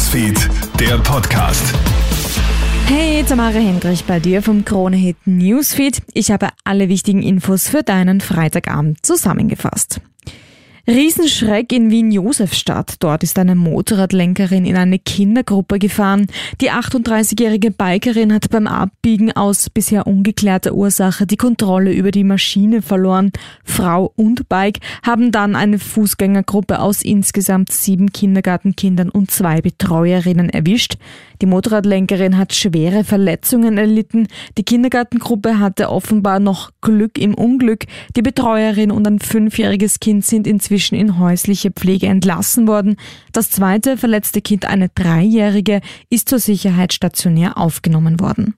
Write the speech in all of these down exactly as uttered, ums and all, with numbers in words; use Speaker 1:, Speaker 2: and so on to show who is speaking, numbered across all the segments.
Speaker 1: Newsfeed, der Podcast.
Speaker 2: Hey, Tamara Hendrich bei dir vom Krone-Hit Newsfeed. Ich habe alle wichtigen Infos für deinen Freitagabend zusammengefasst. Riesenschreck in Wien-Josefstadt. Dort ist eine Motorradlenkerin in eine Kindergruppe gefahren. Die achtunddreißigjährige Bikerin hat beim Abbiegen aus bisher ungeklärter Ursache die Kontrolle über die Maschine verloren. Frau und Bike haben dann eine Fußgängergruppe aus insgesamt sieben Kindergartenkindern und zwei Betreuerinnen erwischt. Die Motorradlenkerin hat schwere Verletzungen erlitten. Die Kindergartengruppe hatte offenbar noch Glück im Unglück. Die Betreuerin und ein fünfjähriges Kind sind inzwischen in häusliche Pflege entlassen worden. Das zweite verletzte Kind, eine Dreijährige, ist zur Sicherheit stationär aufgenommen worden.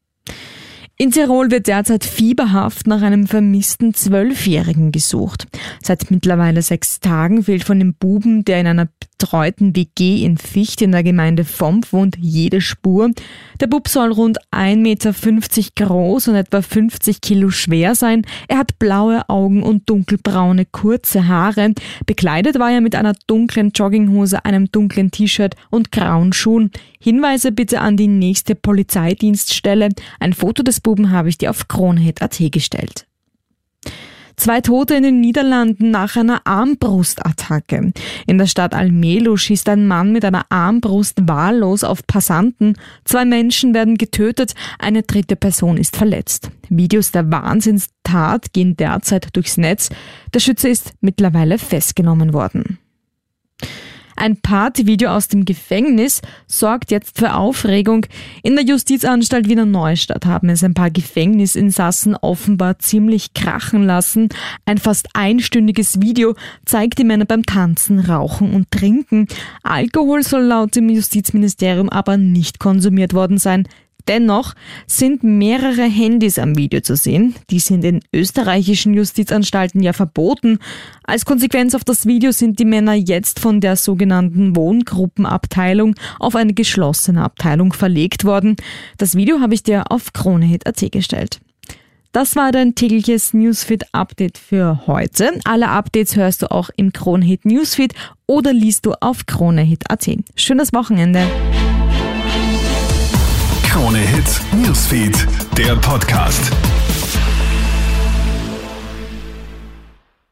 Speaker 2: In Tirol wird derzeit fieberhaft nach einem vermissten Zwölfjährigen gesucht. Seit mittlerweile sechs Tagen fehlt von dem Buben, der in einer betreuten W G in Vicht in der Gemeinde Vomp wohnt, jede Spur. Der Bub soll rund ein Meter fünfzig groß und etwa fünfzig Kilo schwer sein. Er hat blaue Augen und dunkelbraune kurze Haare. Bekleidet war er mit einer dunklen Jogginghose, einem dunklen T-Shirt und grauen Schuhen. Hinweise bitte an die nächste Polizeidienststelle. Ein Foto des Buben habe ich dir auf Kronehit Punkt at gestellt. Zwei Tote in den Niederlanden nach einer Armbrustattacke. In der Stadt Almelo schießt ein Mann mit einer Armbrust wahllos auf Passanten. Zwei Menschen werden getötet, eine dritte Person ist verletzt. Videos der Wahnsinnstat gehen derzeit durchs Netz. Der Schütze ist mittlerweile festgenommen worden. Ein Partyvideo aus dem Gefängnis sorgt jetzt für Aufregung. In der Justizanstalt Wiener Neustadt haben es ein paar Gefängnisinsassen offenbar ziemlich krachen lassen. Ein fast einstündiges Video zeigt die Männer beim Tanzen, Rauchen und Trinken. Alkohol soll laut dem Justizministerium aber nicht konsumiert worden sein. Dennoch sind mehrere Handys am Video zu sehen. Die sind in österreichischen Justizanstalten ja verboten. Als Konsequenz auf das Video sind die Männer jetzt von der sogenannten Wohngruppenabteilung auf eine geschlossene Abteilung verlegt worden. Das Video habe ich dir auf Kronehit Punkt at gestellt. Das war dein tägliches Newsfeed-Update für heute. Alle Updates hörst du auch im Kronehit Newsfeed oder liest du auf Kronehit Punkt at. Schönes Wochenende!
Speaker 1: Krone-Hit Newsfeed, der Podcast.